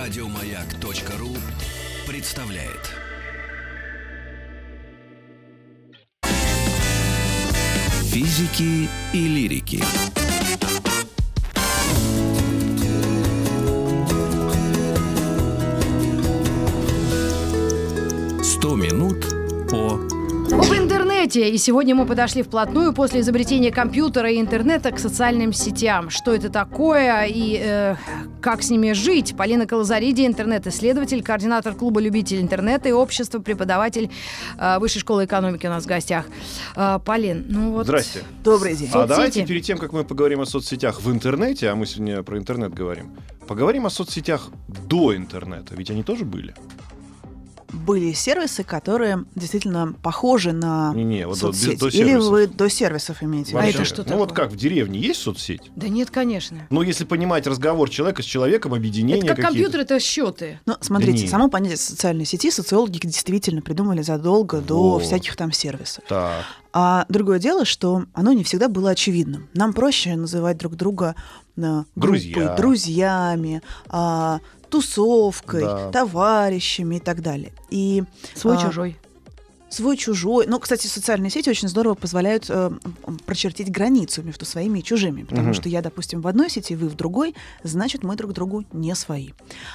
Радиомаяк.ру представляет. Физики и лирики. «100 минут по...» Об интернете. И сегодня мы подошли вплотную после изобретения компьютера и интернета к социальным сетям. Что это такое и как с ними жить? Полина Колозариди, интернет-исследователь, координатор клуба любителей интернета и общества, преподаватель Высшей школы экономики у нас в гостях. Полин, ну вот... Здрасте. Добрый день. А давайте перед тем, как мы поговорим о соцсетях в интернете, а мы сегодня про интернет говорим, поговорим о соцсетях до интернета. Ведь они тоже были. Были сервисы, которые действительно похожи на Вот соцсети. до Или сервисов. вы до сервисов имеете в Вообще. виду? это что Ну такое? вот как, в деревне есть соцсеть? Да нет, конечно. Ну, если понимать разговор человека с человеком, объединения Это как какие-то. компьютер, это счеты. Ну, смотрите, Да не. само понятие социальной сети социологи действительно придумали задолго до Вот. всяких там сервисов. Так. А другое дело, что оно не всегда было очевидным. Нам проще называть друг друга группой, Друзья. друзьями, тусовкой, Да. товарищами и так далее. И Свой-чужой. свой-чужой. Ну, кстати, социальные сети очень здорово позволяют прочертить границу между своими и чужими. Потому Мгм. что я, допустим, в одной сети, вы в другой, значит, мы друг другу не свои.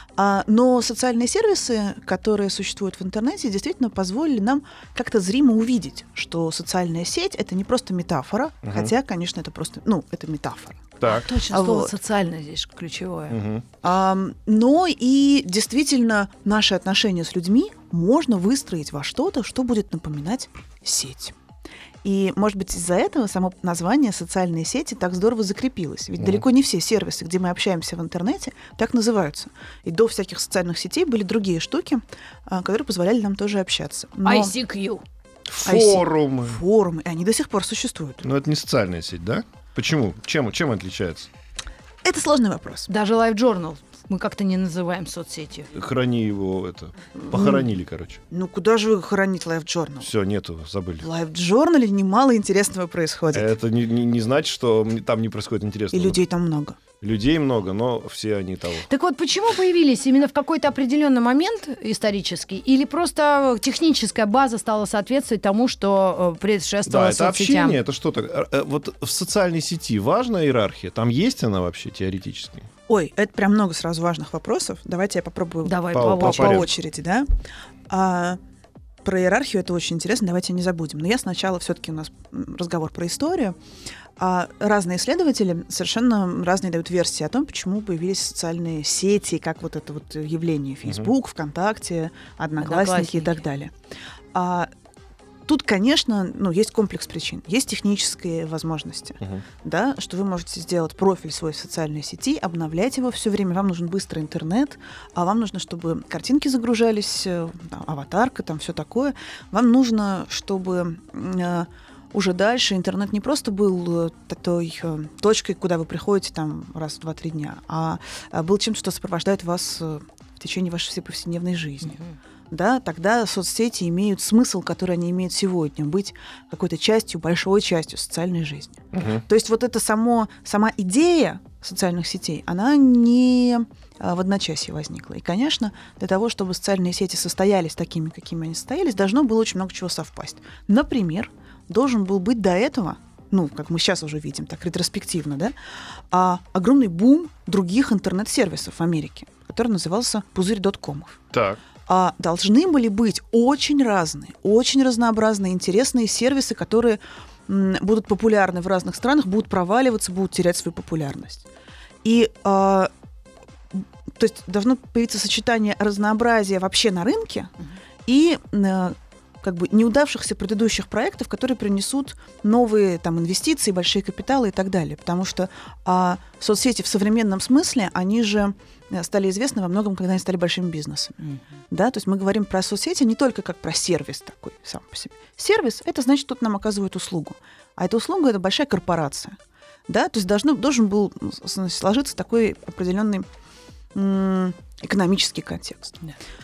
Но социальные сервисы, которые существуют в интернете, действительно позволили нам как-то зримо увидеть, что социальная сеть — это не просто метафора, Мгм. хотя, конечно, это просто, это метафора. Так. Точно, слово вот. «социальное» здесь ключевое. Мгм. Но и действительно наши отношения с людьми можно выстроить во что-то, что будет напоминать сеть. И, может быть, из-за этого само название «социальные сети» так здорово закрепилось. Ведь далеко не все сервисы, где мы общаемся в интернете, так называются. И до всяких социальных сетей были другие штуки, которые позволяли нам тоже общаться. Но ICQ. Форумы. форумы, и они до сих пор существуют. Но это не социальная сеть, да? Почему? Чем отличается? Это сложный вопрос. Даже Live Journal мы как-то не называем соцсетью. Храни его, похоронили, короче. Ну, куда же вы хоронить Live Journal? Все, нету, забыли. В Live Journal немало интересного происходит. Это не значит, что там не происходит И интересного. людей там много. Людей много, но все они того. Так вот, почему появились именно в какой-то определенный момент исторический, или просто техническая база стала соответствовать тому, что предшествовало Да, это соцсетям? общение, это что-то. Вот в социальной сети важна иерархия? Там есть она вообще теоретически? Ой, это прям много сразу важных вопросов. Давайте я попробую Давай По по по порядку. очереди, да? Про иерархию это очень интересно, давайте не забудем. Но я сначала, все-таки у нас разговор про историю. Разные исследователи совершенно разные дают версии о том, почему появились социальные сети, как вот это вот явление Facebook, ВКонтакте, Одноклассники и так далее. Тут, конечно, есть комплекс причин. Есть технические возможности, да, что вы можете сделать профиль свой в социальной сети, обновлять его все время. Вам нужен быстрый интернет, а вам нужно, чтобы картинки загружались, аватарка, там все такое. Вам нужно, чтобы уже дальше интернет не просто был той точкой, куда вы приходите там раз в 2-3 дня, а был чем-то, что сопровождает вас в течение вашей всей повседневной жизни. Да, тогда соцсети имеют смысл, который они имеют сегодня, быть какой-то частью, большой частью социальной жизни. То есть вот эта сама идея социальных сетей, она не в одночасье возникла. И, конечно, для того, чтобы социальные сети состоялись такими, какими они состоялись, должно было очень много чего совпасть. Например, должен был быть до этого, как мы сейчас уже видим, так ретроспективно, да, огромный бум других интернет-сервисов в Америке, который назывался «Пузырь доткомов». Так. Должны были быть очень разные, очень разнообразные, интересные сервисы, которые будут популярны в разных странах, будут проваливаться, будут терять свою популярность. И то есть должно появиться сочетание разнообразия вообще на рынке и неудавшихся предыдущих проектов, которые принесут новые инвестиции, большие капиталы и так далее. Потому что соцсети в современном смысле, они же стали известны во многом, когда они стали большим бизнесом. Да? То есть мы говорим про соцсети не только как про сервис такой сам по себе. Сервис — это значит, что нам оказывают услугу. А эта услуга — это большая корпорация. Да? То есть должен был сложиться такой определенный экономический контекст.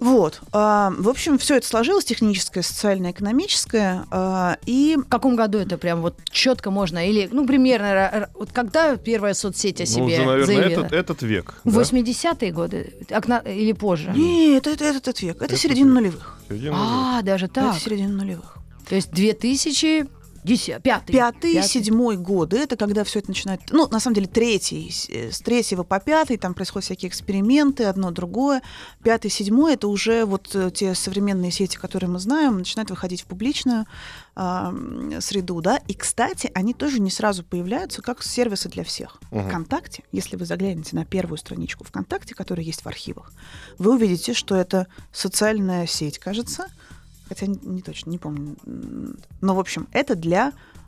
Вот. В общем, все это сложилось, техническое, социальное, экономическое. И В каком году это прям вот четко можно? Или, примерно, вот когда первая соцсеть о себе уже, наверное, заявила? этот век. В да? 80-е годы? Или позже? нет, это этот век. Это середина нулевых. Даже так. Это середина нулевых. То есть 2005. Пятый, седьмой годы, это когда все это начинает... на самом деле, с третьего по пятый, там происходят всякие эксперименты, одно другое. Пятый, седьмой, это уже вот те современные сети, которые мы знаем, начинают выходить в публичную среду, да. И, кстати, они тоже не сразу появляются как сервисы для всех. ВКонтакте, если вы заглянете на первую страничку ВКонтакте, которая есть в архивах, вы увидите, что это социальная сеть, кажется, хотя не точно, не помню. Но, в общем, это для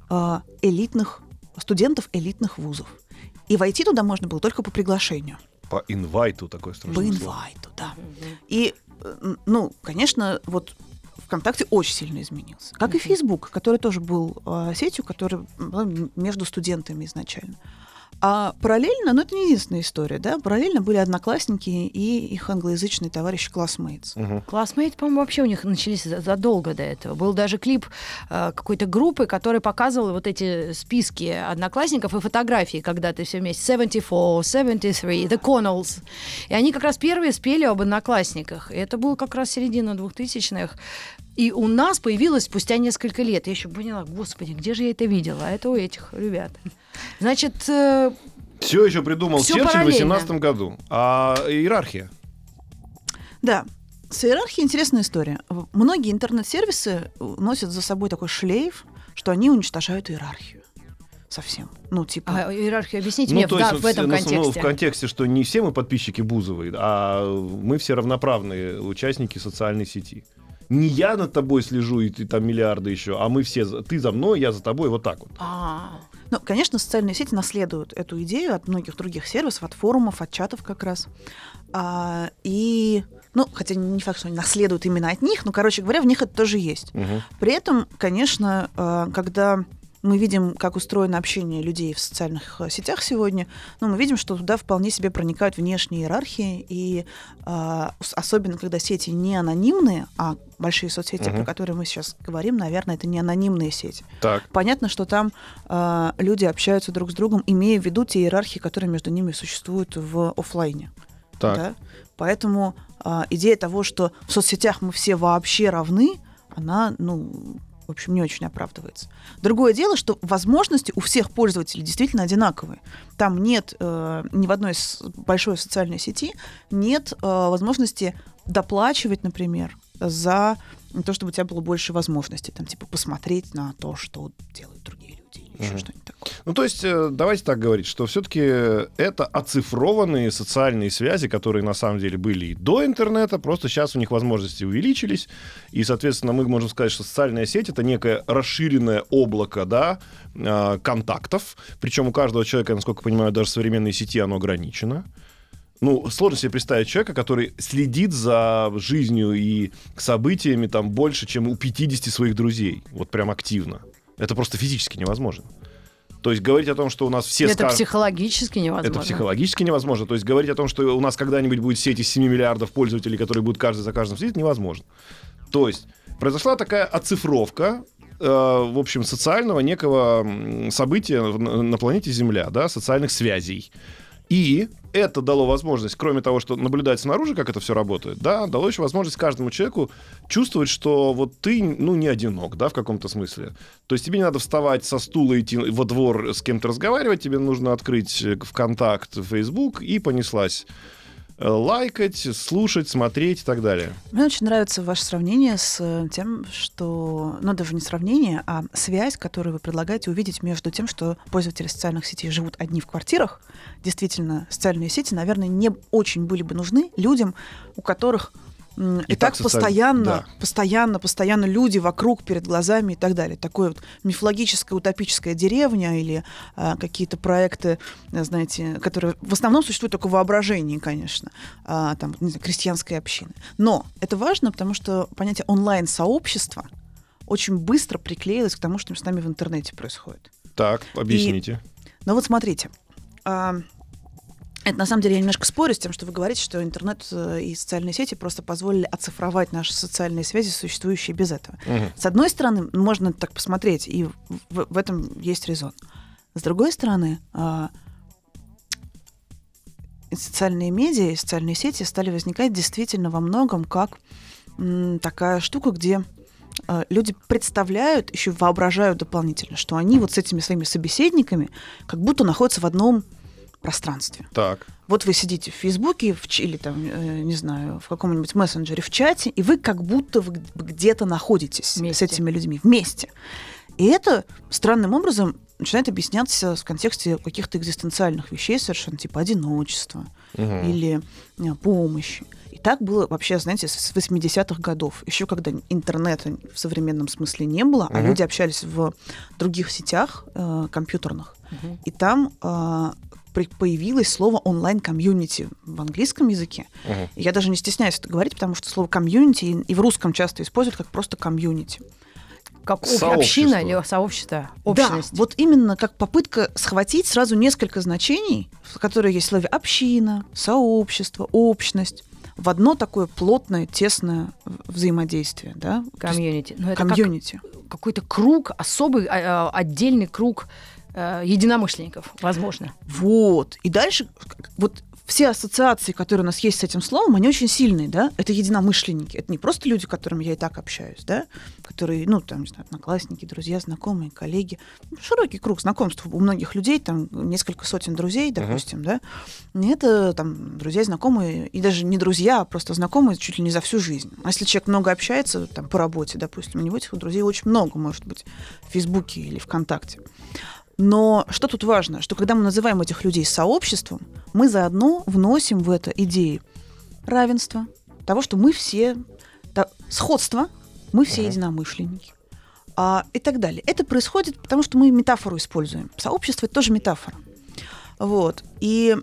студентов элитных вузов. И войти туда можно было только по приглашению. По инвайту такое По страшное слово. инвайту, да. И, конечно, вот ВКонтакте очень сильно изменился. Как и Facebook, который тоже был сетью, которая была между студентами изначально. А параллельно, это не единственная история, да, параллельно были одноклассники и их англоязычные товарищи Classmates. Classmates, по-моему, вообще у них начались задолго до этого. Был даже клип какой-то группы, который показывал вот эти списки одноклассников и фотографии, когда ты все вместе. 74, 73, The Connells. И они как раз первые спели об одноклассниках. И это было как раз середина 2000-х. И у нас появилось спустя несколько лет. Я еще поняла, господи, где же я это видела? А это у этих ребят. Значит... Все еще придумал всё Черчилль в параллельно. 18 году. А иерархия? Да, с иерархией интересная история. Многие интернет-сервисы носят за собой такой шлейф, что они уничтожают иерархию. Совсем. А иерархию объясните мне то есть в этом контексте. в контексте, что не все мы подписчики Бузовой, а мы все равноправные участники социальной сети. Не я над тобой слежу, и ты там миллиарды еще, а мы все, ты за мной, я за тобой, вот так вот. Конечно, социальные сети наследуют эту идею от многих других сервисов, от форумов, от чатов как раз. Хотя не факт, что они наследуют именно от них, но, короче говоря, в них это тоже есть. При этом, конечно, когда мы видим, как устроено общение людей в социальных сетях сегодня, мы видим, что туда вполне себе проникают внешние иерархии, и особенно, когда сети не анонимные, а большие соцсети, про которые мы сейчас говорим, наверное, это не анонимные сети. Так. Понятно, что там люди общаются друг с другом, имея в виду те иерархии, которые между ними существуют в офлайне. Так. Да? Поэтому идея того, что в соцсетях мы все вообще равны, она, в общем, не очень оправдывается. Другое дело, что возможности у всех пользователей действительно одинаковые. Там нет ни в одной большой социальной сети нет возможности доплачивать, например, за то, чтобы у тебя было больше возможностей, посмотреть на то, что делают другие люди, или еще что-нибудь такое. То есть, давайте так говорить, что все-таки это оцифрованные социальные связи, которые на самом деле были и до интернета, просто сейчас у них возможности увеличились, и, соответственно, мы можем сказать, что социальная сеть — это некое расширенное облако, да, контактов, причем у каждого человека, насколько я понимаю, даже в современной сети оно ограничено. Сложно себе представить человека, который следит за жизнью и событиями там больше, чем у 50 своих друзей. Вот прям активно. Это просто физически невозможно. То есть говорить о том, что у нас все... Это психологически невозможно. Это психологически невозможно. То есть говорить о том, что у нас когда-нибудь будет сеть из 7 миллиардов пользователей, которые будут каждый за каждым следить, невозможно. То есть произошла такая оцифровка, в общем, социального некого события на планете Земля, да, социальных связей. И это дало возможность, кроме того, что наблюдать снаружи, как это все работает, да, дало еще возможность каждому человеку чувствовать, что вот ты, не одинок, да, в каком-то смысле. То есть тебе не надо вставать со стула, идти во двор с кем-то разговаривать, тебе нужно открыть ВКонтакт, Facebook, и понеслась. Лайкать, слушать, смотреть и так далее. Мне очень нравится ваше сравнение с тем, что... даже не сравнение, а связь, которую вы предлагаете увидеть между тем, что пользователи социальных сетей живут одни в квартирах. Действительно, социальные сети, наверное, не очень были бы нужны людям, у которых и так постоянно люди вокруг, перед глазами и так далее. Такое вот мифологическая, утопическая деревня или какие-то проекты, знаете, которые в основном существуют только в воображении, конечно, крестьянской общины. Но это важно, потому что понятие онлайн-сообщества очень быстро приклеилось к тому, что с нами в интернете происходит. Так, объясните. Вот смотрите. Это, на самом деле, я немножко спорю с тем, что вы говорите, что интернет и социальные сети просто позволили оцифровать наши социальные связи, существующие без этого. С одной стороны, можно так посмотреть, и в этом есть резон. С другой стороны, социальные медиа и социальные сети стали возникать действительно во многом как такая штука, где люди представляют, еще воображают дополнительно, что они вот с этими своими собеседниками как будто находятся в одном пространстве. Так. Вот вы сидите в Фейсбуке или там, не знаю, в каком-нибудь мессенджере в чате, и вы как будто где-то находитесь вместе с этими людьми вместе. И это странным образом начинает объясняться в контексте каких-то экзистенциальных вещей совершенно, типа одиночества или помощи. И так было вообще, знаете, с 80-х годов. Еще когда интернета в современном смысле не было, а люди общались в других сетях компьютерных. И там появилось слово онлайн-комьюнити в английском языке. И я даже не стесняюсь это говорить, потому что слово комьюнити и в русском часто используют как просто комьюнити. Как община или сообщество, общность. Да, вот именно как попытка схватить сразу несколько значений, которые есть в слове община, сообщество, общность, в одно такое плотное, тесное взаимодействие. Да? Комьюнити. Но это комьюнити. Какой-то круг, особый, отдельный круг единомышленников, возможно. Вот. И дальше вот все ассоциации, которые у нас есть с этим словом, они очень сильные, да? Это единомышленники. Это не просто люди, с которыми я и так общаюсь, да? Которые, ну, там, не знаю, одноклассники, друзья, знакомые, коллеги. Широкий круг знакомств у многих людей, там, несколько сотен друзей, допустим, да? И это, там, друзья, знакомые, и даже не друзья, а просто знакомые чуть ли не за всю жизнь. А если человек много общается, там, по работе, допустим, у него этих друзей очень много, может быть, в Фейсбуке или ВКонтакте. Но что тут важно? Что когда мы называем этих людей сообществом, мы заодно вносим в это идеи равенства, того, что мы все, сходства, мы все единомышленники и так далее. Это происходит, потому что мы метафору используем. Сообщество — это тоже метафора. Вот. И,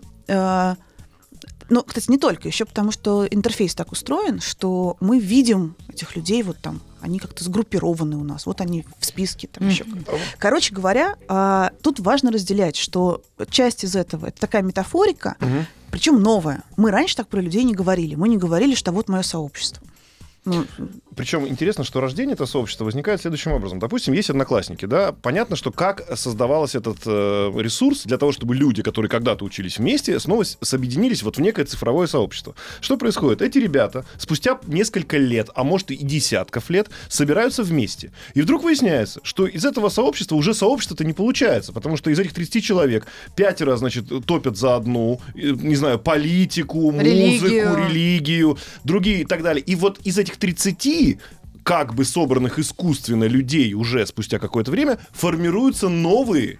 ну, кстати, не только, еще потому что интерфейс так устроен, что мы видим этих людей вот там, они как-то сгруппированы у нас, вот они в списке там еще. Короче говоря, тут важно разделять, что часть из этого — это такая метафорика, причем новая. Мы раньше так про людей не говорили. Мы не говорили, что вот мое сообщество. Причем интересно, что рождение этого сообщества возникает следующим образом. Допустим, есть одноклассники, да, понятно, что как создавался этот ресурс для того, чтобы люди, которые когда-то учились вместе, снова соединились вот в некое цифровое сообщество. Что происходит? Эти ребята спустя несколько лет, а может и десятков лет, собираются вместе. И вдруг выясняется, что из этого сообщества уже сообщество-то не получается, потому что из этих 30 человек 5, значит, топят за одну, не знаю, политику, музыку, религию, другие и так далее. И вот из этих 30 как бы собранных искусственно людей уже спустя какое-то время формируются новые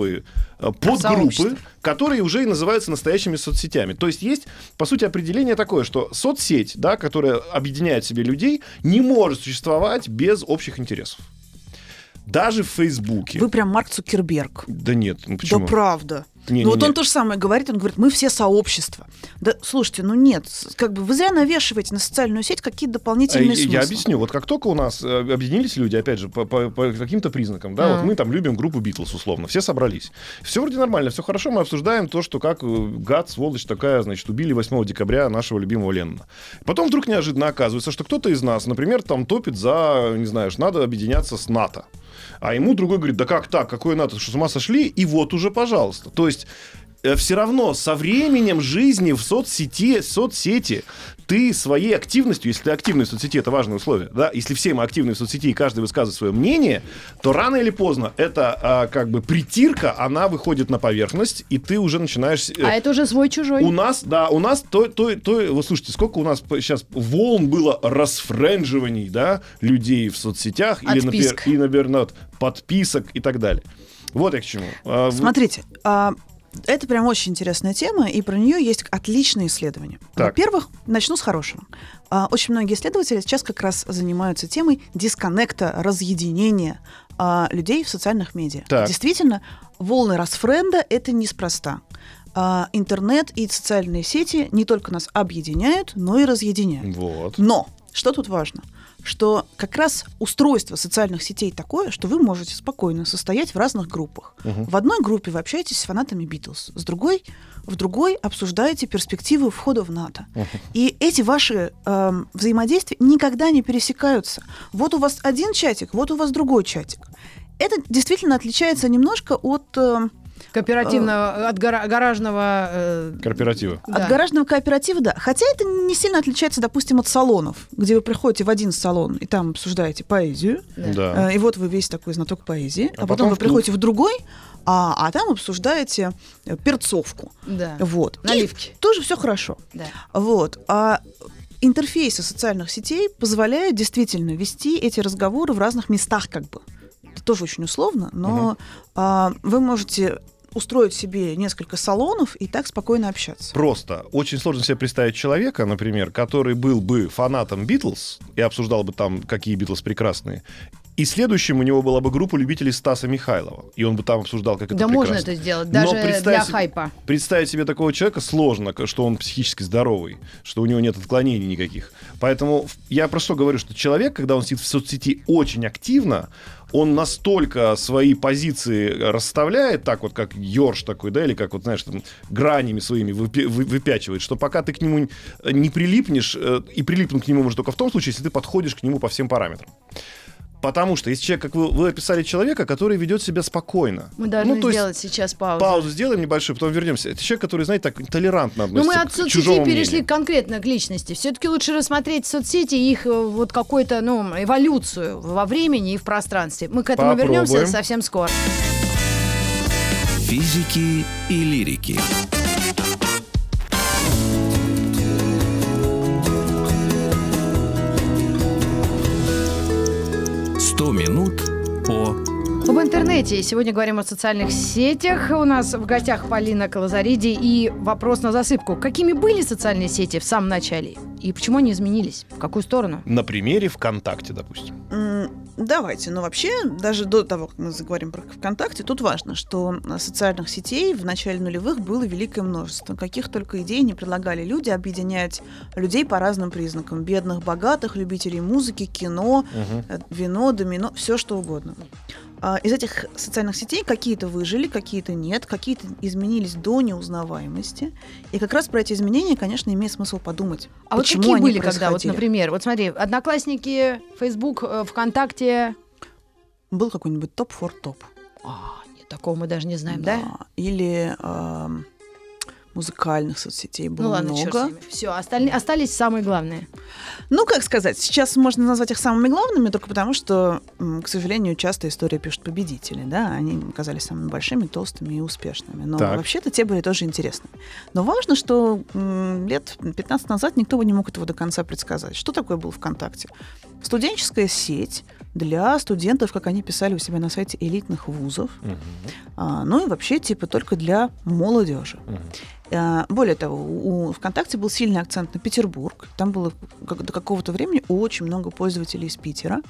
подгруппы, которые уже и называются настоящими соцсетями. То есть, по сути, определение такое, что соцсеть, да, которая объединяет в себе людей, не может существовать без общих интересов. Даже в Фейсбуке. Вы прям Марк Цукерберг. Да нет, ну почему? Да правда. Вот он то же самое говорит, он говорит, мы все сообщество. Да, слушайте, ну нет, как бы вы зря навешиваете на социальную сеть какие-то дополнительные смыслы. Я объясню. Вот как только у нас объединились люди, опять же, по каким-то признакам, да, вот мы там любим группу Битлз, условно, все собрались. Все вроде нормально, все хорошо, мы обсуждаем то, что как гад, сволочь такая, значит, убили 8 декабря нашего любимого Леннона. Потом вдруг неожиданно оказывается, что кто-то из нас, например, там топит за, не знаю, что надо объединяться с НАТО. А ему другой говорит, да как так, какое НАТО, что с ума сошли? И вот уже, пожалуйста. То есть все равно со временем жизни в соцсети ты своей активностью, если ты активный в соцсети, это важное условие, да, если все мы активны в соцсети и каждый высказывает свое мнение, то рано или поздно эта как бы притирка, она выходит на поверхность, и ты уже начинаешь... А это уже свой-чужой. У нас вот слушайте, сколько у нас сейчас волн было расфрендживаний, да, людей в соцсетях, или, например, подписок и так далее. Вот я к чему. Смотрите, это прям очень интересная тема, и про нее есть отличные исследования. Так. Во-первых, начну с хорошего. Очень многие исследователи сейчас как раз занимаются темой дисконнекта, разъединения людей в социальных медиа. Так. Действительно, волны расфренда — это неспроста. Интернет и социальные сети не только нас объединяют, но и разъединяют. Вот. Но что тут важно? что как раз устройство социальных сетей такое, что вы можете спокойно состоять в разных группах. В одной группе вы общаетесь с фанатами Битлз, в другой обсуждаете перспективы входа в НАТО. И эти ваши взаимодействия никогда не пересекаются. Вот у вас один чатик, вот у вас другой чатик. Это действительно отличается немножко от... Кооперативного, от гаражного... Кооператива. Да. От гаражного кооператива, да. Хотя это не сильно отличается, допустим, от салонов, где вы приходите в один салон и там обсуждаете поэзию. Да. И вот вы весь такой знаток поэзии. А А потом потом вы в клуб. приходите в другой, а там обсуждаете перцовку. Да. Вот. Наливки. И тоже все хорошо. Да. Вот. А интерфейсы социальных сетей позволяют действительно вести эти разговоры в разных местах как бы. Это тоже очень условно, но вы можете устроить себе несколько салонов и так спокойно общаться. Просто очень сложно себе представить человека, например, который был бы фанатом Битлз и обсуждал бы там, какие Битлз прекрасные, и следующим у него была бы группа любителей Стаса Михайлова, и он бы там обсуждал, как это Да, прекрасно. можно это сделать, Но даже представь для себе- хайпа. Представить себе такого человека сложно, что он психически здоровый, что у него нет отклонений никаких. Поэтому я про что говорю, что человек, когда он сидит в соцсети очень активно, он настолько свои позиции расставляет, так вот, как ёрш такой, да, или как, вот, знаешь, там, гранями своими выпячивает, что пока ты к нему не прилипнешь, и прилипнуть к нему можно только в том случае, если ты подходишь к нему по всем параметрам. Потому что есть человек, как вы описали человека, который ведет себя спокойно. Мы должны то есть сделать сейчас паузу. Паузу сделаем небольшую, потом вернемся. Это человек, который, знаете, так толерантно Но относится мы от к соцсетей чужому перешли мнению. конкретно к личности. Все-таки лучше рассмотреть соцсети и их вот какую-то, эволюцию во времени и в пространстве. Мы к этому Попробуем. вернемся совсем скоро. Физики и лирики. «100 минут по...» Об интернете. Сегодня говорим о социальных сетях. У нас в гостях Полина Колозариди. И вопрос на засыпку. Какими были социальные сети в самом начале? И почему они изменились? В какую сторону? На примере ВКонтакте, допустим. Давайте. Но вообще, даже до того, как мы заговорим про ВКонтакте, тут важно, что социальных сетей в начале нулевых было великое множество. Каких только идей не предлагали люди объединять людей по разным признакам. Бедных, богатых, любителей музыки, кино, вино, домино, все что угодно. Из этих социальных сетей какие-то выжили, какие-то нет, какие-то изменились до неузнаваемости. И как раз про эти изменения, конечно, имеет смысл подумать. А вот почему какие они были, когда, вот, происходили. например, вот смотри, Одноклассники, Фейсбук, ВКонтакте... Был какой-нибудь топ for топ. Нет, такого мы даже не знаем, да? Или музыкальных соцсетей было Ну ладно, черт с много. ними. Все, остались самые главные. Ну, как сказать, сейчас можно назвать их самыми главными, только потому что, к сожалению, часто история пишут победители, да, они оказались самыми большими, толстыми и успешными. Но Так. вообще-то те были тоже интересны. Но важно, что лет 15 назад никто бы не мог этого до конца предсказать. Что такое был ВКонтакте? Студенческая сеть для студентов, как они писали у себя на сайте, элитных вузов. Ну и вообще, типа, только для молодежи. Более того, у ВКонтакте был сильный акцент на Петербург. Там было до какого-то времени очень много пользователей из Питера.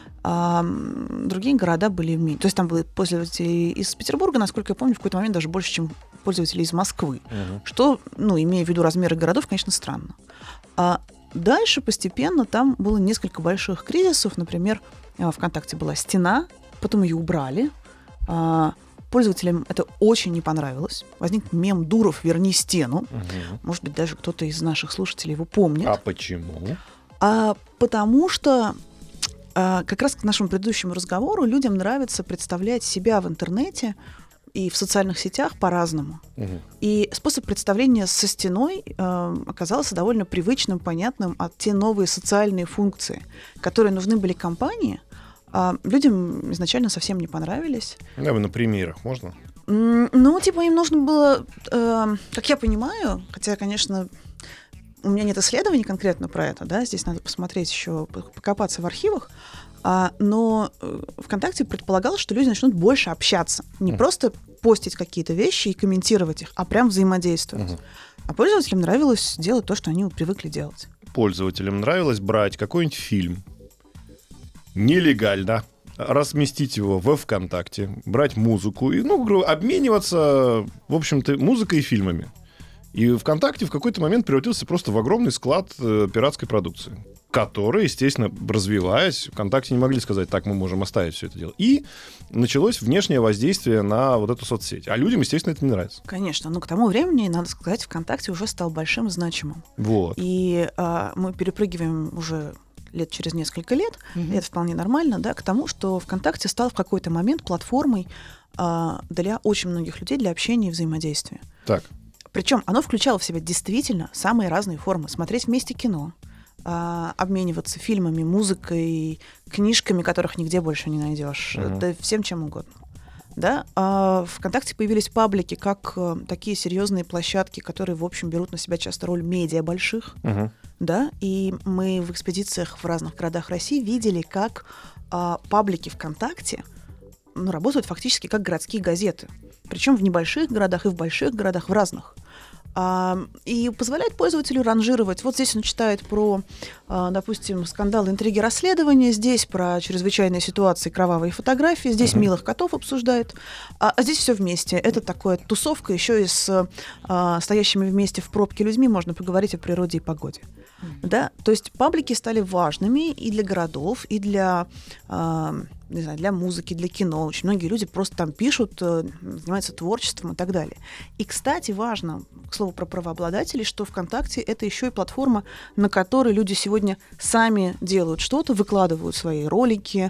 Другие города были меньше. То есть там были пользователи из Петербурга, насколько я помню, в какой-то момент даже больше, чем пользователи из Москвы. Что, имея в виду размеры городов, конечно, странно. А дальше постепенно там было несколько больших кризисов. Например, ВКонтакте была стена, потом ее убрали. Пользователям это очень не понравилось. Возник мем «Дуров, верни стену». Может быть, даже кто-то из наших слушателей его помнит. А почему? Потому что как раз к нашему предыдущему разговору людям нравится представлять себя в интернете и в социальных сетях по-разному. И способ представления со стеной оказался довольно привычным, понятным, а те новые социальные функции, которые нужны были компании, людям изначально совсем не понравились. Давай на примерах, можно? Им нужно было, как я понимаю, хотя, конечно, у меня нет исследований конкретно про это, да, здесь надо посмотреть еще, покопаться в архивах, но ВКонтакте предполагалось, что люди начнут больше общаться. Не просто постить какие-то вещи и комментировать их, а прям взаимодействовать. А пользователям нравилось делать то, что они привыкли делать. Пользователям нравилось брать какой-нибудь фильм нелегально, разместить его во ВКонтакте, брать музыку и, обмениваться, в общем-то, музыкой и фильмами. И ВКонтакте в какой-то момент превратился просто в огромный склад пиратской продукции. которые, естественно, развиваясь, ВКонтакте не могли сказать, так, мы можем оставить все это дело. И началось внешнее воздействие на вот эту соцсеть. А людям, естественно, это не нравится. Конечно, но к тому времени, надо сказать, ВКонтакте уже стал большим и значимым. Вот. И мы перепрыгиваем уже лет через несколько лет, и это вполне нормально, да, к тому, что ВКонтакте стал в какой-то момент платформой для очень многих людей для общения и взаимодействия. Так. Причем оно включало в себя действительно самые разные формы. Смотреть вместе кино, обмениваться фильмами, музыкой, книжками, которых нигде больше не найдешь, да всем чем угодно. Да? ВКонтакте появились паблики как такие серьезные площадки, которые, в общем, берут на себя часто роль медиа больших. Да? И мы в экспедициях в разных городах России видели, как паблики ВКонтакте работают фактически как городские газеты. Причем в небольших городах и в больших городах, в разных. И позволяет пользователю ранжировать. Вот здесь он читает про, допустим, скандалы, интриги, расследования, здесь про чрезвычайные ситуации, кровавые фотографии, здесь милых котов обсуждает, а здесь все вместе. Это такая тусовка, еще и с стоящими вместе в пробке людьми можно поговорить о природе и погоде. Да? То есть паблики стали важными и для городов, и для, не знаю, для музыки, для кино. Очень многие люди просто там пишут, занимаются творчеством и так далее. И, кстати, важно, к слову про правообладателей, что ВКонтакте — это еще и платформа, на которой люди сегодня сами делают что-то, выкладывают свои ролики,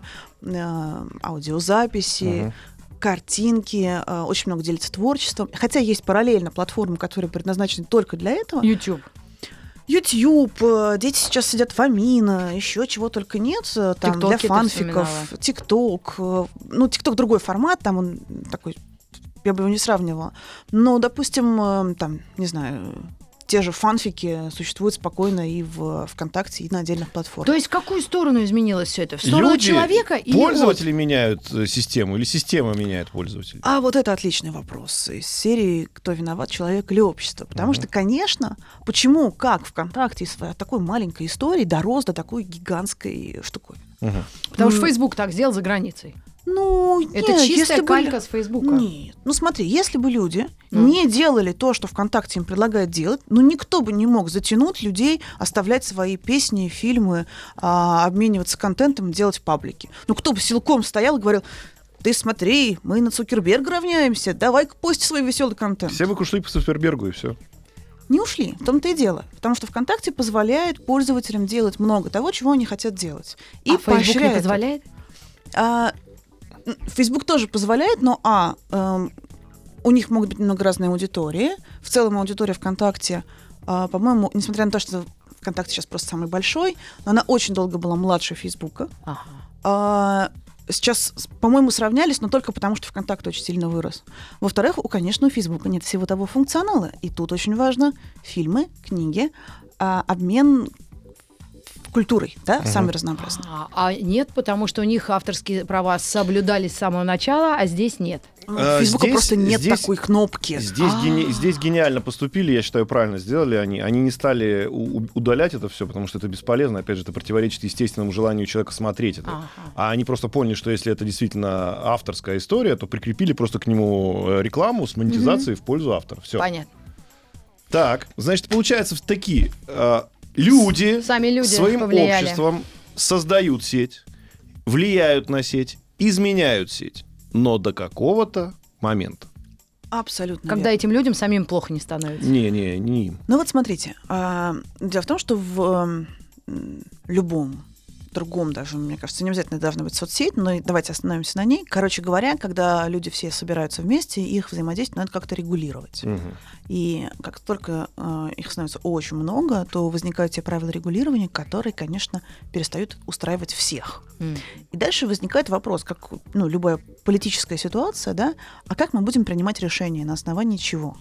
аудиозаписи, картинки, очень много делятся творчеством. Хотя есть параллельно платформы, которые предназначены только для этого. YouTube, дети сейчас сидят в Амино, еще чего только нет, там для фанфиков, ТикТок. Ну, ТикТок другой формат, там он такой, я бы его не сравнивала. Но, допустим, там, не знаю, те же фанфики существуют спокойно и в ВКонтакте, и на отдельных платформах. То есть в какую сторону изменилось все это? В сторону люди, человека или пользователи меняют систему или система меняет пользователей? А вот это отличный вопрос из серии «Кто виноват, человек или общество?». Потому что, конечно, почему, как ВКонтакте из такой маленькой истории дорос до такой гигантской штуковины? Потому что Facebook так сделал за границей. Ну, это нет, чистая калька с Фейсбука. Нет. Ну, смотри, если бы люди не делали то, что ВКонтакте им предлагает делать, ну, никто бы не мог затянуть людей, оставлять свои песни, фильмы, обмениваться контентом, делать паблики. Ну, кто бы силком стоял и говорил: ты смотри, мы на Цукерберга равняемся, давай-ка пости свой веселый контент. Все бы ушли по Цукербергу, и все. Не ушли, в том-то и дело. Потому что ВКонтакте позволяет пользователям делать много того, чего они хотят делать. И Facebook не позволяет? Facebook тоже позволяет, но у них могут быть немного разные аудитории. В целом аудитория ВКонтакте, по-моему, несмотря на то, что ВКонтакте сейчас просто самый большой, но она очень долго была младше Фейсбука. Сейчас, по-моему, сравнялись, но только потому, что ВКонтакте очень сильно вырос. Во-вторых, конечно, у Фейсбука нет всего того функционала. И тут очень важно фильмы, книги, обмен культурой, да, самый разнообразный. А нет, потому что у них авторские права соблюдались с самого начала, а здесь нет. У Фейсбука просто нет такой кнопки. Здесь гениально поступили, я считаю, правильно сделали они. Они не стали удалять это все, потому что это бесполезно. Опять же, это противоречит естественному желанию человека смотреть это. А они просто поняли, что если это действительно авторская история, то прикрепили просто к нему рекламу с монетизацией в пользу автора. Все. Понятно. Так, значит, получается, такие люди своим повлияли. обществом создают сеть, влияют на сеть, изменяют сеть. Но до какого-то момента. Абсолютно. Когда этим людям самим плохо не становится. Не им. Ну вот смотрите, дело в том, что в любом другом даже, мне кажется, не обязательно должна быть соцсеть, но давайте остановимся на ней. Короче говоря, когда люди все собираются вместе, их взаимодействие надо как-то регулировать. И как только их становится очень много, то возникают те правила регулирования, которые, конечно, перестают устраивать всех. И дальше возникает вопрос, как любая политическая ситуация, да, а как мы будем принимать решения, на основании чего?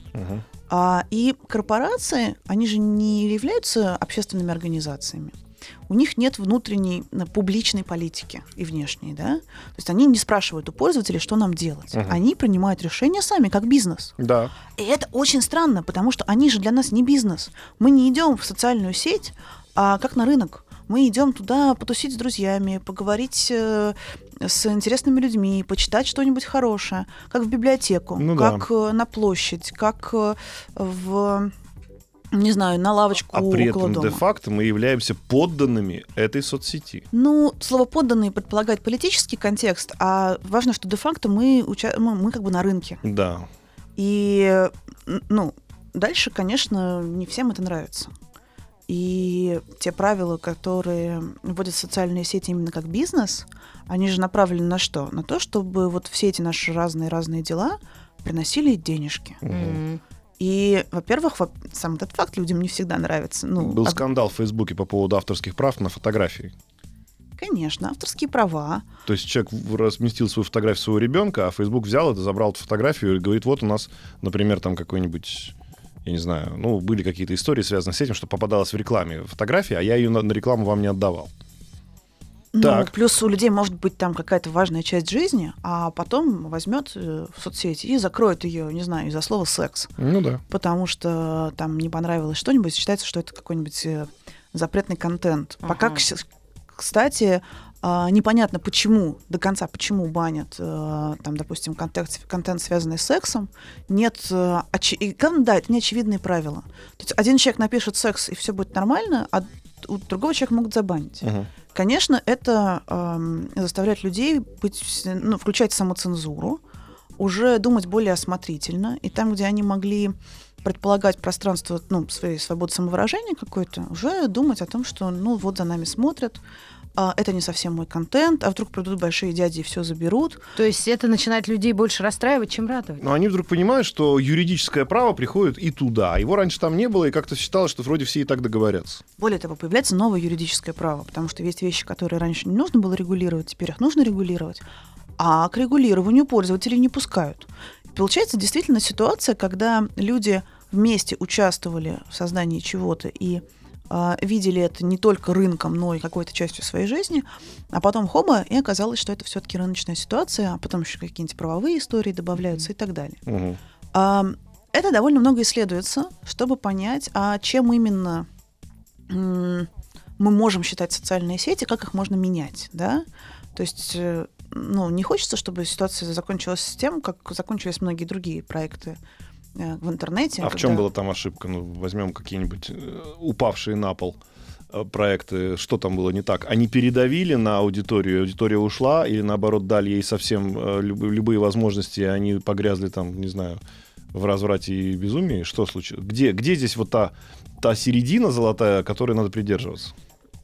И корпорации, они же не являются общественными организациями. У них нет внутренней публичной политики и внешней, да? То есть они не спрашивают у пользователей, что нам делать. Они принимают решения сами, как бизнес. Да. И это очень странно, потому что они же для нас не бизнес. Мы не идем в социальную сеть, как на рынок. Мы идем туда потусить с друзьями, поговорить с интересными людьми, почитать что-нибудь хорошее, как в библиотеку, как на площадь, как в не знаю, на лавочку около дома. А при этом де-факто мы являемся подданными этой соцсети. Ну, слово «подданные» предполагает политический контекст, а важно, что де-факто мы как бы на рынке. Да. И, дальше, конечно, не всем это нравится. И те правила, которые вводят социальные сети именно как бизнес, они же направлены на что? На то, чтобы вот все эти наши разные дела приносили денежки. Угу. И, во-первых, сам этот факт людям не всегда нравится. Был скандал в Фейсбуке по поводу авторских прав на фотографии. Конечно, авторские права. То есть человек разместил свою фотографию своего ребенка, а Facebook взял это, забрал эту фотографию и говорит, вот у нас, например, там какой-нибудь, я не знаю, были какие-то истории, связанные с этим, что попадалась в рекламе фотография, а я ее на рекламу вам не отдавал. Так. Плюс у людей может быть там какая-то важная часть жизни, а потом возьмет в соцсети и закроет ее, не знаю, из-за слова «секс». Ну да. Потому что там не понравилось что-нибудь, считается, что это какой-нибудь запретный контент. Пока, кстати, непонятно, почему банят, там, допустим, контент, связанный с сексом. Нет, да, это не очевидные правила. То есть один человек напишет секс, и все будет нормально, а у другого человека могут забанить. Угу. Конечно, это заставляет людей включать самоцензуру, уже думать более осмотрительно, и там, где они могли предполагать пространство своей свободы самовыражения какой-то, уже думать о том, что вот за нами смотрят, это не совсем мой контент, а вдруг придут большие дяди и все заберут. То есть это начинает людей больше расстраивать, чем радовать. Но они вдруг понимают, что юридическое право приходит и туда. Его раньше там не было, и как-то считалось, что вроде все и так договорятся. Более того, появляется новое юридическое право, потому что есть вещи, которые раньше не нужно было регулировать, теперь их нужно регулировать, а к регулированию пользователей не пускают. Получается действительно ситуация, когда люди вместе участвовали в создании чего-то и видели это не только рынком, но и какой-то частью своей жизни, а потом хоба, и оказалось, что это все-таки рыночная ситуация, а потом еще какие-нибудь правовые истории добавляются и так далее. Угу. Это довольно много исследуется, чтобы понять, чем именно мы можем считать социальные сети, как их можно менять, да? То есть, не хочется, чтобы ситуация закончилась тем, как закончились многие другие проекты в интернете. А в чем была там ошибка? Возьмем какие-нибудь упавшие на пол проекты. Что там было не так? Они передавили на аудитория ушла, или наоборот дали ей совсем любые возможности, и они погрязли там, не знаю, в разврате и безумии? Что случилось? Где здесь вот та середина золотая, которой надо придерживаться?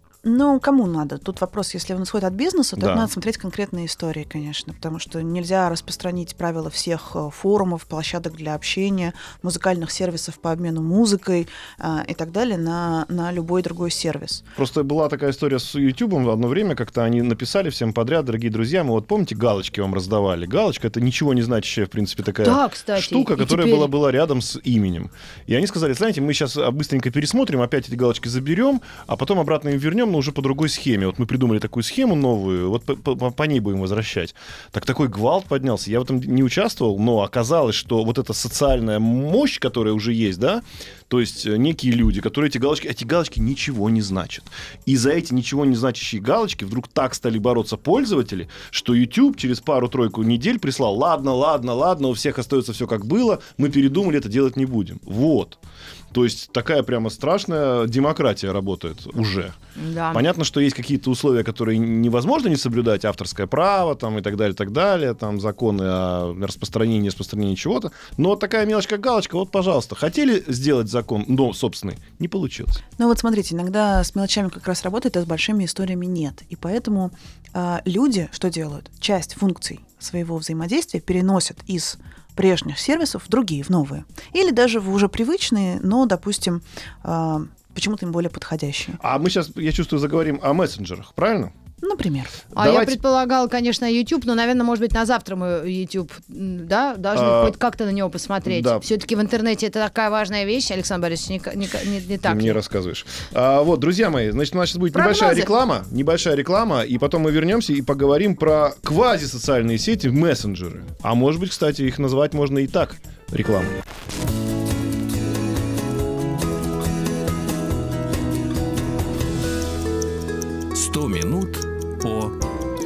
Кому надо? Тут вопрос, если он исходит от бизнеса, то надо смотреть конкретные истории, конечно, потому что нельзя распространить правила всех форумов, площадок для общения, музыкальных сервисов по обмену музыкой и так далее на любой другой сервис. Просто была такая история с YouTube в одно время, как-то они написали всем подряд, дорогие друзья, мы помните, галочки вам раздавали? Галочка — это ничего не значащая, в принципе, такая штука, которая была рядом с именем. И они сказали, знаете, мы сейчас быстренько пересмотрим, опять эти галочки заберем, а потом обратно им вернем, но уже по другой схеме. Вот мы придумали такую схему новую, вот по ней будем возвращать. Такой гвалт поднялся. Я в этом не участвовал, но оказалось, что вот эта социальная мощь, которая уже есть, да, то есть некие люди, которые эти галочки ничего не значат. И за эти ничего не значащие галочки вдруг так стали бороться пользователи, что YouTube через пару-тройку недель прислал: ладно, у всех остается все как было, мы передумали, это делать не будем. Вот. То есть такая прямо страшная демократия работает уже. Да. Понятно, что есть какие-то условия, которые невозможно не соблюдать, авторское право там, и так далее, там законы о распространении чего-то. Но вот такая мелочь, как галочка, вот, пожалуйста, хотели сделать закон, но собственный, не получилось. Смотрите, иногда с мелочами как раз работает, а с большими историями нет. И поэтому люди что делают? Часть функций своего взаимодействия переносят из прежних сервисов в другие, в новые. Или даже в уже привычные, но, допустим, почему-то им более подходящие. А мы сейчас, я чувствую, заговорим о мессенджерах, правильно? Например. Я предполагала, конечно, YouTube, но, наверное, может быть, на завтра мы YouTube, да, должны хоть как-то на него посмотреть. Да. Все-таки в интернете это такая важная вещь, Александр Борисович, не так. Ты мне рассказываешь. Вот, друзья мои, значит, у нас сейчас будет небольшая реклама, и потом мы вернемся и поговорим про квазисоциальные сети, мессенджеры. А может быть, кстати, их назвать можно и так. Реклама.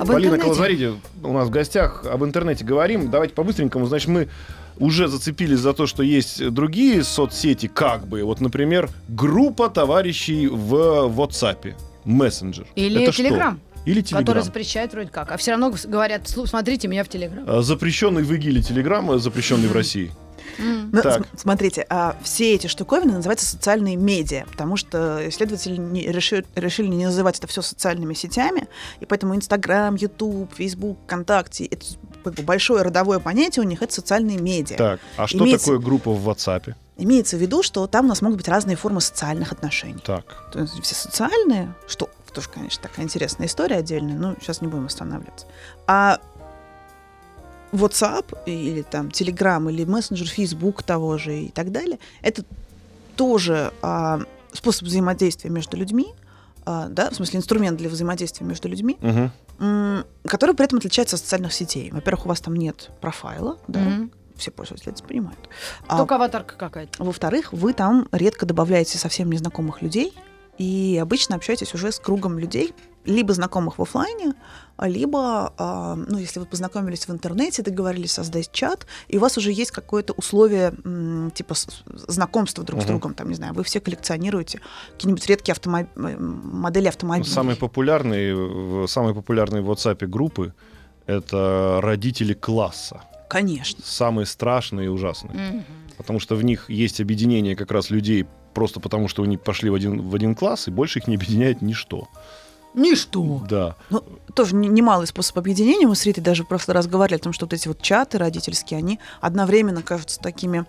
Полина интернете? Колозариди у нас в гостях, об интернете говорим. Давайте по-быстренькому. Значит, мы уже зацепились за то, что есть другие соцсети, как бы. Вот, например, группа товарищей в WhatsApp, мессенджер. Или Это Telegram. что? Или Telegram. Который запрещает вроде как. А все равно говорят, смотрите меня в Телеграм. Запрещенный в ИГИЛе Telegram, запрещенный в России. Ну, Так. смотрите, все эти штуковины называются социальные медиа, потому что исследователи решили не называть это все социальными сетями, и поэтому Инстаграм, Ютуб, Фейсбук, ВКонтакте — это как бы большое родовое понятие у них — это социальные медиа. Так, а что такое группа в WhatsApp? Имеется в виду, что там у нас могут быть разные формы социальных отношений. Так. То есть все социальные, что тоже, конечно, такая интересная история отдельная, но сейчас не будем останавливаться. А WhatsApp или там Telegram или мессенджер, Facebook того же и так далее, это тоже способ взаимодействия между людьми, да, в смысле инструмент для взаимодействия между людьми, который при этом отличается от социальных сетей. Во-первых, у вас там нет профайла, да, все пользователи это понимают. Только аватарка какая-то. Во-вторых, вы там редко добавляете совсем незнакомых людей, и обычно общаетесь уже с кругом людей, либо знакомых в офлайне, либо, если вы познакомились в интернете, договорились создать чат, и у вас уже есть какое-то условие типа знакомства друг с другом, там, не знаю, вы все коллекционируете какие-нибудь редкие модели автомобилей. Самые популярные в WhatsApp группы — это родители класса. Конечно. Самые страшные и ужасные. Потому что в них есть объединение как раз людей просто потому, что они пошли в один класс, и больше их не объединяет ничто. Ничто. Да. Ну, тоже немалый способ объединения. Мы с Ритой даже в прошлый раз говорили о том, что вот эти вот чаты родительские, они одновременно кажутся такими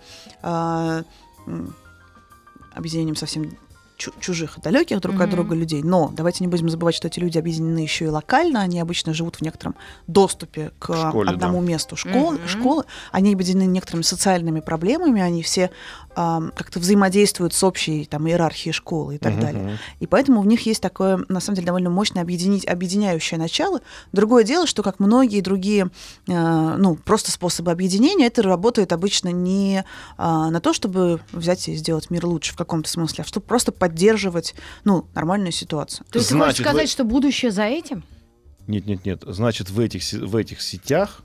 объединением совсем чужих и далеких друг от друга людей. Но давайте не будем забывать, что эти люди объединены еще и локально. Они обычно живут в некотором доступе к одному месту школы. Они объединены некоторыми социальными проблемами. Они все как-то взаимодействуют с общей там иерархией школы и так далее. И поэтому в них есть такое, на самом деле, довольно мощное объединяющее начало. Другое дело, что, как многие другие просто способы объединения, это работает обычно не на то, чтобы взять и сделать мир лучше в каком-то смысле, а чтобы просто поддерживать нормальную ситуацию. То есть ты хочешь сказать, что будущее за этим? Нет. Значит, в этих сетях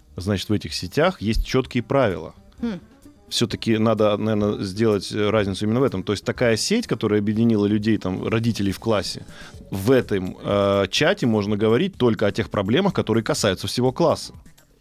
есть четкие правила. Все-таки надо, наверное, сделать разницу именно в этом. То есть такая сеть, которая объединила людей, там, родителей в классе, в этом чате можно говорить только о тех проблемах, которые касаются всего класса.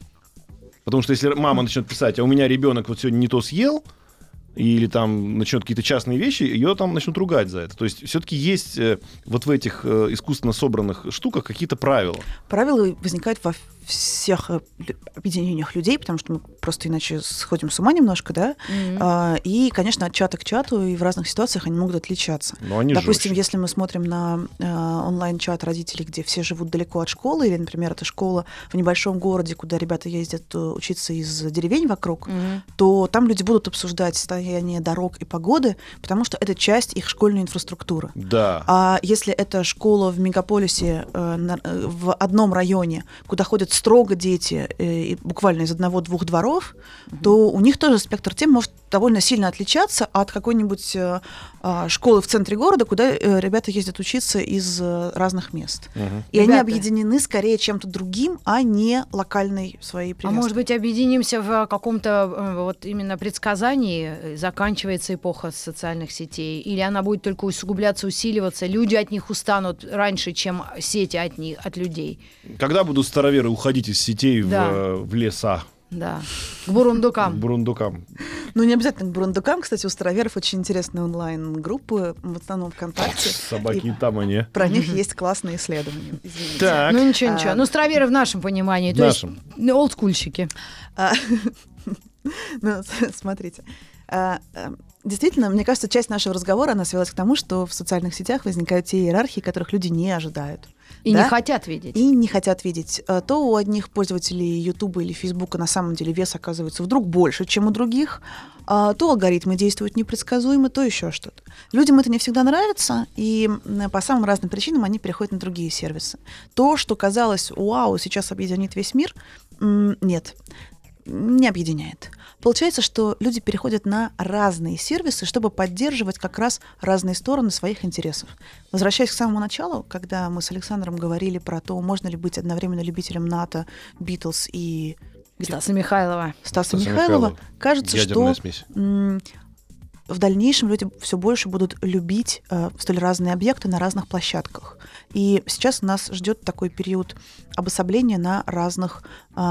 Потому что если мама начнет писать, а у меня ребенок вот сегодня не то съел, или там начнет какие-то частные вещи, ее там начнут ругать за это. То есть все-таки есть вот в этих искусственно собранных штуках какие-то правила. Правила возникают во всех объединениях людей, потому что мы просто иначе сходим с ума немножко, да? И, конечно, от чата к чату и в разных ситуациях они могут отличаться. Допустим, если мы смотрим на онлайн-чат родителей, где все живут далеко от школы, или, например, это школа в небольшом городе, куда ребята ездят учиться из деревень вокруг, то там люди будут обсуждать состояние дорог и погоды, потому что это часть их школьной инфраструктуры. Да. А если это школа в мегаполисе в одном районе, куда ходят строго дети, буквально из одного-двух дворов, то у них тоже спектр тем может довольно сильно отличаться от какой-нибудь школы в центре города, куда ребята ездят учиться из разных мест. И они объединены скорее чем-то другим, а не локальной своей привязкой. А может быть, объединимся в каком-то вот именно предсказании, заканчивается эпоха социальных сетей, или она будет только усугубляться, усиливаться, люди от них устанут раньше, чем сети от людей? Когда будут староверы уходить из сетей в леса? Да, к бурундукам. Ну, не обязательно к бурундукам. Кстати, у староверов очень интересные онлайн-группы, в основном ВКонтакте. Собаки там они. Про них есть классные исследования. Извините. Так. Ну, ничего. Ну, староверы в нашем понимании. То есть олдскульщики. Ну, смотрите. Действительно, мне кажется, часть нашего разговора, она свелась к тому, что в социальных сетях возникают те иерархии, которых люди не ожидают. И не хотят видеть. И не хотят видеть. То у одних пользователей Ютуба или Фейсбука на самом деле вес оказывается вдруг больше, чем у других, то алгоритмы действуют непредсказуемо, то еще что-то. Людям это не всегда нравится, и по самым разным причинам они переходят на другие сервисы. То, что казалось, вау, сейчас объединит весь мир, нет. не объединяет. Получается, что люди переходят на разные сервисы, чтобы поддерживать как раз разные стороны своих интересов. Возвращаясь к самому началу, когда мы с Александром говорили про то, можно ли быть одновременно любителем НАТО, Битлз и Стаса Михайлова. Стаса Михайлова, кажется, Ядерная что смесь. в дальнейшем люди все больше будут любить столь разные объекты на разных площадках. И сейчас нас ждет такой период обособления на разных,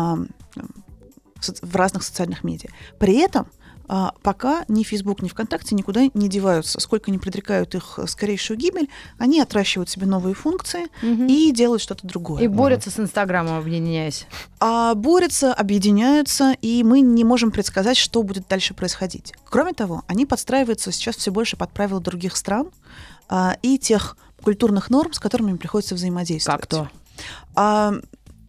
в разных социальных медиа. При этом пока ни Facebook, ни ВКонтакте никуда не деваются. Сколько не предрекают их скорейшую гибель, они отращивают себе новые функции и делают что-то другое. И борются с Инстаграмом, объединяясь. Борются, объединяются, и мы не можем предсказать, что будет дальше происходить. Кроме того, они подстраиваются сейчас все больше под правила других стран и тех культурных норм, с которыми им приходится взаимодействовать. Как то?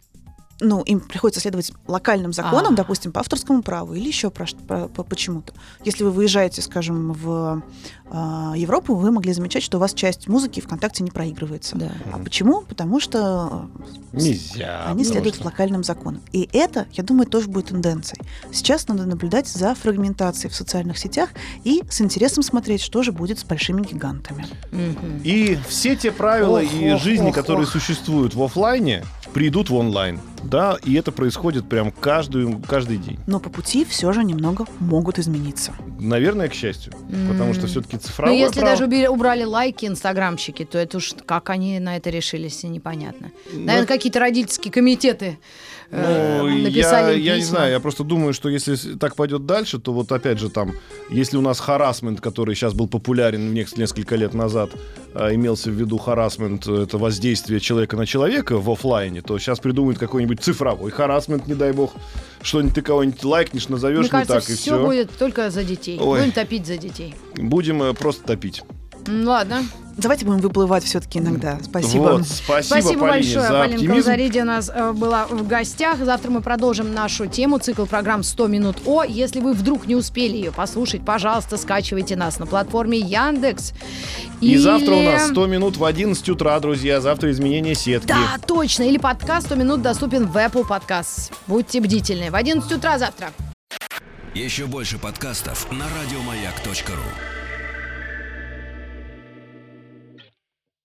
Им приходится следовать локальным законам, допустим, по авторскому праву или еще почему-то. Если вы выезжаете, скажем, в Европу, вы могли замечать, что у вас часть музыки ВКонтакте не проигрывается. Да. А почему? Потому что Нельзя. они следуют локальным законам. И это, я думаю, тоже будет тенденцией. Сейчас надо наблюдать за фрагментацией в социальных сетях и с интересом смотреть, что же будет с большими гигантами. И все те правила и жизни, которые существуют в офлайне, придут в онлайн. Да, и это происходит прям каждый день. Но по пути все же немного могут измениться. Наверное, к счастью. Потому что все-таки цифровое Ну, если право... даже убрали лайки инстаграмщики, то это уж как они на это решились, непонятно. Наверное, какие-то родительские комитеты написали я не письма. знаю, я просто думаю, что если так пойдет дальше, то вот опять же там, если у нас харассмент, который сейчас был популярен несколько лет назад, имелся в виду харассмент, это воздействие человека на человека в офлайне, то сейчас придумают какой-нибудь цифровой харассмент, не дай бог, что-нибудь ты кого-нибудь лайкнешь, назовешь Мне кажется, не так, и все будет только за детей. Ой. Будем топить за детей. Будем просто топить. Ладно. Давайте будем выплывать все-таки иногда. Спасибо. Вот, спасибо Полине большое. за Полина оптимизм. Колозариди у нас была в гостях. Завтра мы продолжим нашу тему, цикл программ «100 минут О». Если вы вдруг не успели ее послушать, пожалуйста, скачивайте нас на платформе Яндекс. И завтра у нас 100 минут в 11 утра, друзья. Завтра изменение сетки. Да, точно. Или подкаст 100 минут доступен в Apple Podcasts. Будьте бдительны. В 11 утра завтра. Еще больше подкастов на радиомаяк.ру.